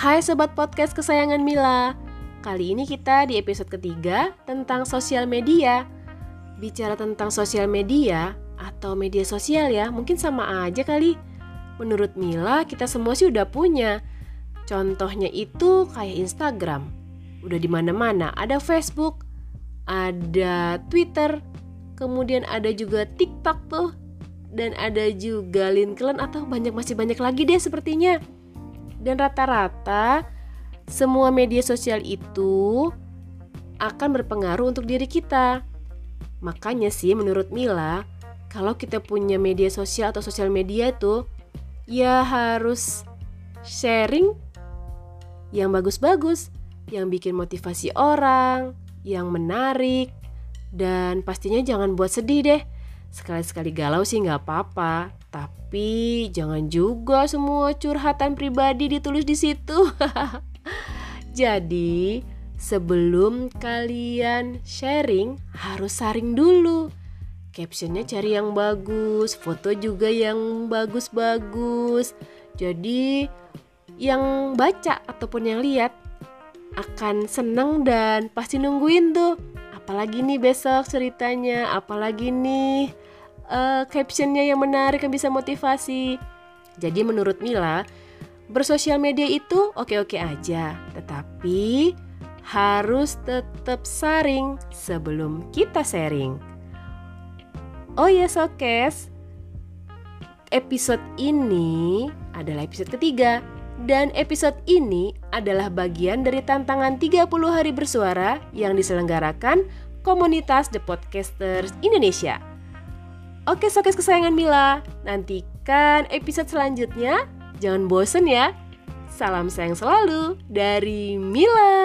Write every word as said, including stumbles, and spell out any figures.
Hai sobat podcast kesayangan Mila. Kali ini kita di episode ketiga tentang sosial media. Bicara tentang sosial media atau media sosial ya, mungkin sama aja kali. Menurut Mila, kita semua sih udah punya. Contohnya itu kayak Instagram. Udah di mana-mana, ada Facebook, ada Twitter, kemudian ada juga TikTok tuh, dan ada juga LinkedIn atau banyak masih banyak lagi deh sepertinya. Dan rata-rata semua media sosial itu akan berpengaruh untuk diri kita. Makanya sih menurut Mila, kalau kita punya media sosial atau sosial media itu ya harus sharing yang bagus-bagus, yang bikin motivasi orang, yang menarik, dan pastinya jangan buat sedih deh. Sekali-sekali galau sih gak apa-apa, tapi jangan juga semua curhatan pribadi ditulis di situ. Jadi sebelum kalian sharing harus saring dulu. Captionnya cari yang bagus, foto juga yang bagus-bagus. Jadi yang baca ataupun yang lihat akan seneng dan pasti nungguin tuh. Apalagi nih besok ceritanya, apalagi nih uh, captionnya yang menarik yang bisa motivasi. Jadi menurut Mila, bersosial media itu oke-oke aja, tetapi harus tetap saring sebelum kita sharing. Oh ya Sokes, episode ini adalah episode ketiga. Dan episode ini adalah bagian dari tantangan tiga puluh hari bersuara yang diselenggarakan komunitas The Podcasters Indonesia. Oke Sokes kesayangan Mila, nantikan episode selanjutnya. Jangan bosen ya. Salam sayang selalu dari Mila.